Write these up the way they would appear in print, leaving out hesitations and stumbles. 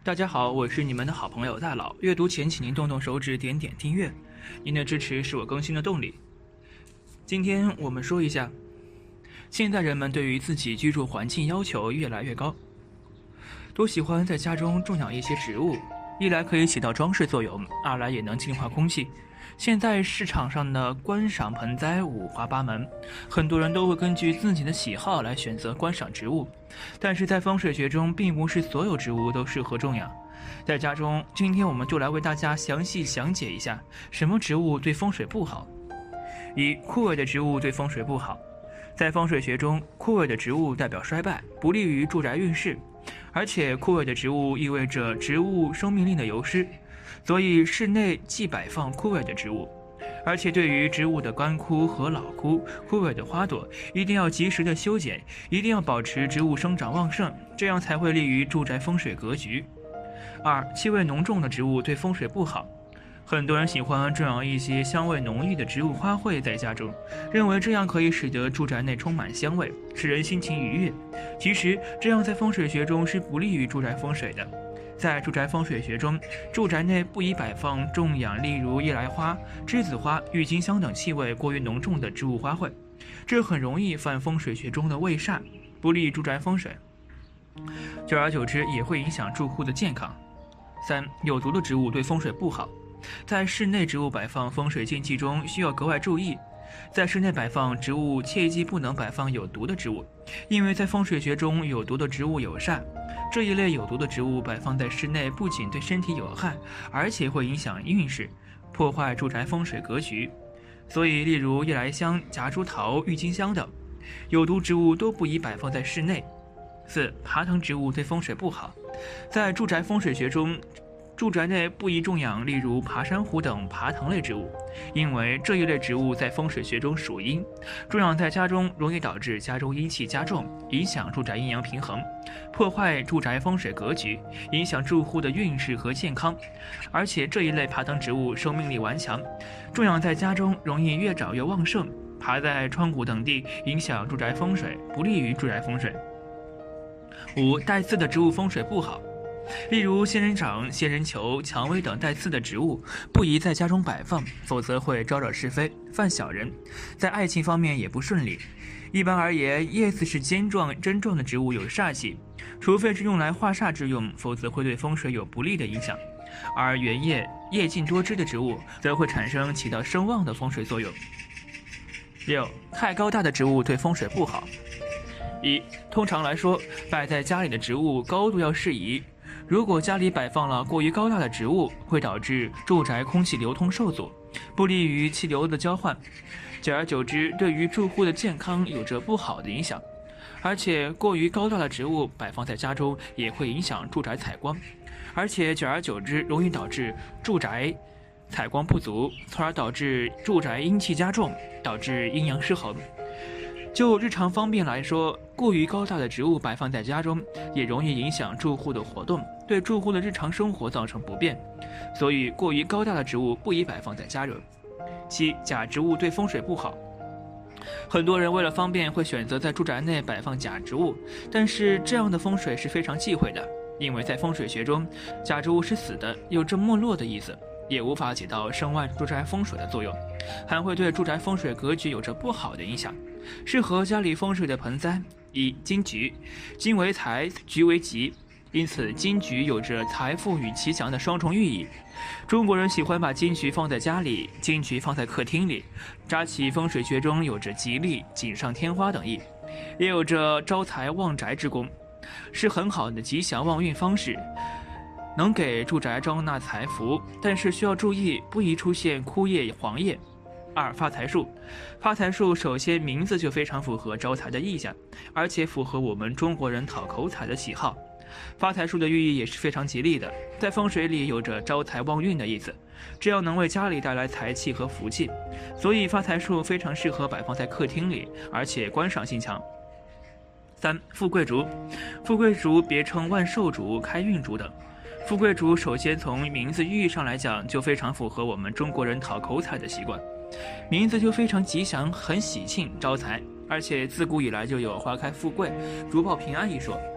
大家好，我是你们的好朋友大佬。阅读前请您动动手指点点订阅，您的支持是我更新的动力。今天我们说一下，现在人们对于自己居住环境要求越来越高，都喜欢在家中种养一些植物，一来可以起到装饰作用，二来也能净化空气。现在市场上的观赏盆栽五花八门，很多人都会根据自己的喜好来选择观赏植物，但是在风水学中，并不是所有植物都适合种养。在家中，今天我们就来为大家详细讲解一下什么植物对风水不好。一、枯萎的植物对风水不好。在风水学中，枯萎的植物代表衰败，不利于住宅运势，而且枯萎的植物意味着植物生命力的流失，所以室内忌摆放枯萎的植物。而且对于植物的干枯和老枯、枯萎的花朵，一定要及时的修剪，一定要保持植物生长旺盛，这样才会利于住宅风水格局。二、气味浓重的植物对风水不好。很多人喜欢种养一些香味浓郁的植物花卉在家中，认为这样可以使得住宅内充满香味，使人心情愉悦。其实这样在风水学中是不利于住宅风水的。在住宅风水学中，住宅内不宜摆放种养例如夜来花、栀子花、郁金香等气味过于浓重的植物花卉，这很容易犯风水学中的卫煞，不利于住宅风水，久而久之也会影响住户的健康。三、有毒的植物对风水不好。在室内植物摆放风水禁忌中需要格外注意，在室内摆放植物切记不能摆放有毒的植物，因为在风水学中有毒的植物有煞，这一类有毒的植物摆放在室内不仅对身体有害，而且会影响运势，破坏住宅风水格局。所以例如夜来香、夹竹桃、郁金香等有毒植物都不宜摆放在室内。四、爬藤植物对风水不好。在住宅风水学中，住宅内不宜种养例如爬山虎等爬藤类植物，因为这一类植物在风水学中属阴，种养在家中容易导致家中阴气加重，影响住宅阴阳平衡，破坏住宅风水格局，影响住户的运势和健康。而且这一类爬藤植物生命力顽强，种养在家中容易越长越旺盛，爬在窗户等地影响住宅风水，不利于住宅风水。五、带刺的植物风水不好。例如仙人掌、仙人球、蔷薇等带刺的植物不宜在家中摆放，否则会招惹是非，犯小人，在爱情方面也不顺利。一般而言，叶子是尖状、针状的植物有煞气，除非是用来化煞之用，否则会对风水有不利的影响。而圆叶、叶茎多枝的植物则会产生起到生旺的风水作用。六、太高大的植物对风水不好。一、通常来说，摆在家里的植物高度要适宜。如果家里摆放了过于高大的植物，会导致住宅空气流通受阻，不利于气流的交换，久而久之对于住户的健康有着不好的影响。而且过于高大的植物摆放在家中也会影响住宅采光，而且久而久之容易导致住宅采光不足，从而导致住宅阴气加重，导致阴阳失衡。就日常方便来说，过于高大的植物摆放在家中，也容易影响住户的活动，对住户的日常生活造成不便，所以过于高大的植物不宜摆放在家中。七、假植物对风水不好。很多人为了方便会选择在住宅内摆放假植物，但是这样的风水是非常忌讳的，因为在风水学中，假植物是死的，有着没落的意思，也无法起到生旺住宅风水的作用，还会对住宅风水格局有着不好的影响。适合家里风水的盆栽：一、金桔。金为财，桔为吉，因此金桔有着财富与吉祥的双重寓意。中国人喜欢把金桔放在家里，金桔放在客厅里，扎起风水学中有着吉利、锦上添花等意，也有着招财旺宅之功，是很好的吉祥旺运方式，能给住宅招纳财福，但是需要注意，不宜出现枯叶、黄叶。二、发财树。发财树首先名字就非常符合招财的意象，而且符合我们中国人讨口彩的喜好。发财树的寓意也是非常吉利的，在风水里有着招财旺运的意思，这样能为家里带来财气和福气，所以发财树非常适合摆放在客厅里，而且观赏性强。三、富贵竹。富贵竹别称万寿竹、开运竹等。富贵竹首先从名字寓意上来讲，就非常符合我们中国人讨口彩的习惯，名字就非常吉祥，很喜庆招财，而且自古以来就有花开富贵、竹报平安一说，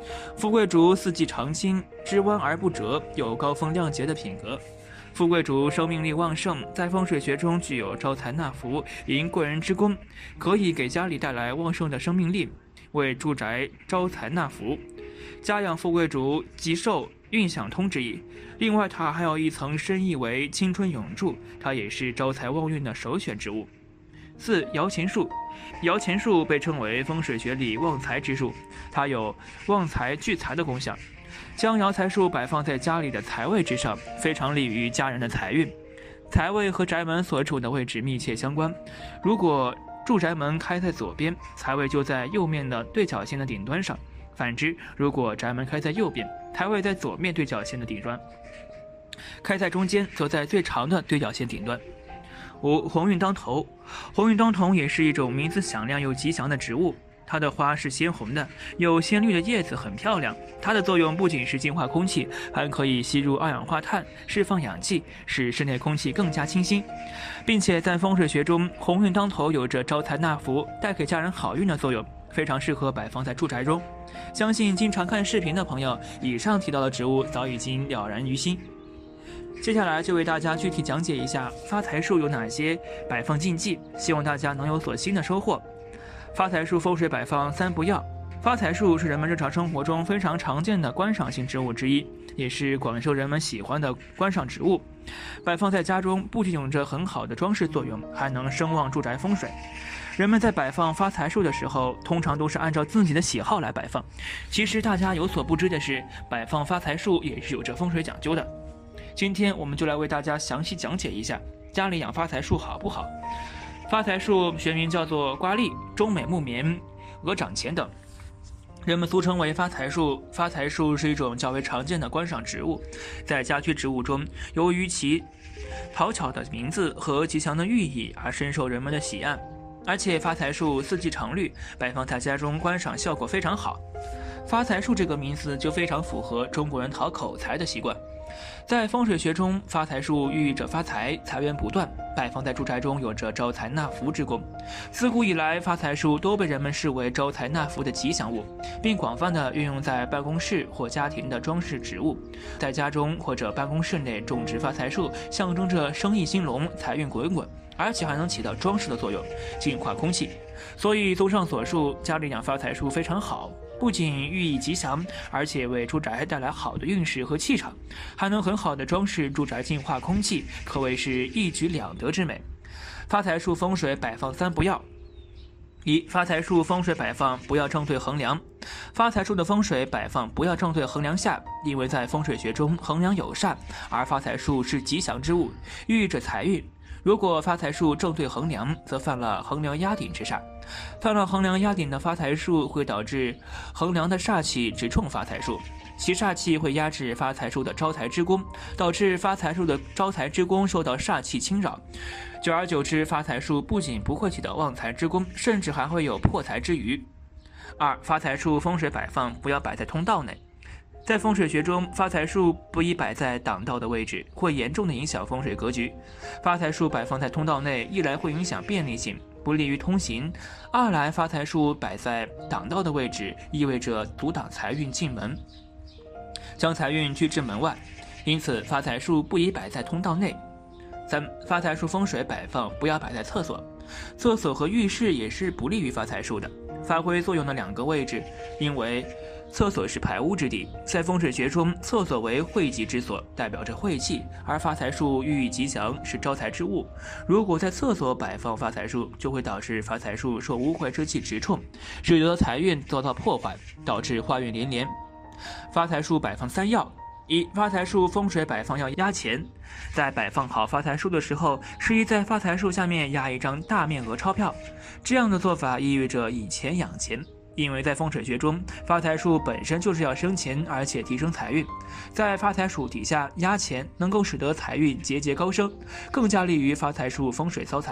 富贵竹四季常青，枝弯而不折，有高风亮节的品格。富贵竹生命力旺盛，在风水学中具有招财纳福、迎贵人之功，可以给家里带来旺盛的生命力，为住宅招财纳福。家养富贵竹，吉寿运享通之意。另外，它还有一层深意为青春永驻，它也是招财旺运的首选植物。4. 摇钱树。摇钱树被称为风水学里旺财之树，它有旺财聚财的功效。将摇财树摆放在家里的财位之上，非常利于家人的财运。财位和宅门所处的位置密切相关，如果住宅门开在左边，财位就在右面的对角线的顶端上；反之，如果宅门开在右边，财位在左面对角线的顶端，开在中间则在最长的对角线顶端。5. 鸿运当头。鸿运当头也是一种名字响亮又吉祥的植物，它的花是鲜红的，有鲜绿的叶子，很漂亮。它的作用不仅是净化空气，还可以吸入二氧化碳，释放氧气，使室内空气更加清新。并且在风水学中，鸿运当头有着招财纳福、带给家人好运的作用，非常适合摆放在住宅中。相信经常看视频的朋友，以上提到的植物早已经了然于心。接下来就为大家具体讲解一下发财树有哪些摆放禁忌，希望大家能有所新的收获。发财树风水摆放3不要。发财树是人们日常生活中非常常见的观赏性植物之一，也是广受人们喜欢的观赏植物。摆放在家中不仅有着很好的装饰作用，还能声旺住宅风水。人们在摆放发财树的时候，通常都是按照自己的喜好来摆放。其实大家有所不知的是，摆放发财树也是有着风水讲究的。今天我们就来为大家详细讲解一下，家里养发财树好不好？发财树学名叫做瓜栗、中美木棉、鹅掌钱等，人们俗称为发财树。发财树是一种较为常见的观赏植物，在家居植物中，由于其讨巧的名字和吉祥的寓意而深受人们的喜爱。而且发财树四季常绿，摆放在家中观赏效果非常好。发财树这个名字就非常符合中国人讨口财的习惯。在风水学中，发财树寓意着发财，财源不断，摆放在住宅中有着招财纳福之功。自古以来，发财树都被人们视为招财纳福的吉祥物，并广泛的运用在办公室或家庭的装饰植物。在家中或者办公室内种植发财树，象征着生意兴隆，财运滚滚，而且还能起到装饰的作用，净化空气。所以综上所述，家里养发财树非常好，不仅寓意吉祥，而且为住宅带来好的运势和气场，还能很好的装饰住宅，净化空气，可谓是一举两得之美。发财树风水摆放3不要。1. 发财树风水摆放不要正对横梁。发财树的风水摆放不要正对横梁下，因为在风水学中，横梁有煞，而发财树是吉祥之物，寓意着财运。如果发财树正对横梁，则犯了横梁压顶之煞。犯了横梁压顶的发财树会导致横梁的煞气直冲发财树，其煞气会压制发财树的招财之功，导致发财树的招财之功受到煞气侵扰。久而久之，发财树不仅不会起到旺财之功，甚至还会有破财之余。2. 发财树风水摆放不要摆在通道内。在风水学中，发财树不宜摆在挡道的位置，会严重的影响风水格局。发财树摆放在通道内，一来会影响便利性，不利于通行；二来发财树摆在挡道的位置，意味着阻挡财运进门，将财运拒至门外，因此发财树不宜摆在通道内。3. 发财树风水摆放不要摆在厕所。厕所和浴室也是不利于发财树的，发挥作用的2个位置，因为厕所是排污之地，在风水学中，厕所为晦气之所，代表着晦气，而发财树寓意吉祥，是招财之物。如果在厕所摆放发财树，就会导致发财树受污秽之气直冲，使得财运遭到破坏，导致坏运连连。发财树摆放3要。1. 发财树风水摆放要压钱。在摆放好发财树的时候，适宜在发财树下面压一张大面额钞票，这样的做法意味着以钱养钱。因为在风水学中，发财树本身就是要生钱，而且提升财运，在发财树底下压钱，能够使得财运节节高升，更加利于发财树风水招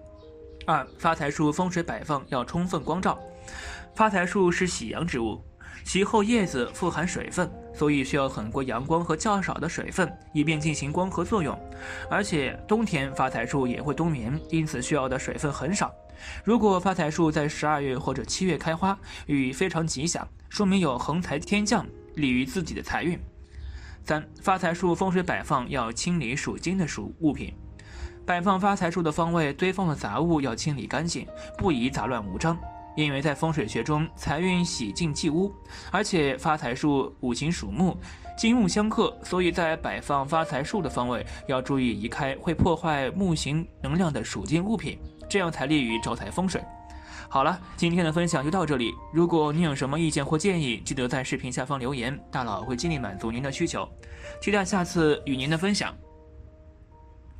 财。2. 发财树风水摆放要充分光照。发财树是喜阳植物， 其后叶子富含水分，所以需要很多阳光和较少的水分，以便进行光合作用。而且冬天发财树也会冬眠，因此需要的水分很少。如果发财树在12月或者7月开花，寓非常吉祥，说明有横财天降，利于自己的财运。3. 发财树风水摆放要清理属金的物品。摆放发财树的方位堆放的杂物要清理干净，不宜杂乱无章。因为在风水学中，财运喜进忌污，而且发财树五行属木，金木相克，所以在摆放发财树的方位要注意移开会破坏木型能量的属金物品，这样才利于招财风水。好了，今天的分享就到这里。如果您有什么意见或建议，记得在视频下方留言，大佬会尽力满足您的需求。期待下次与您的分享。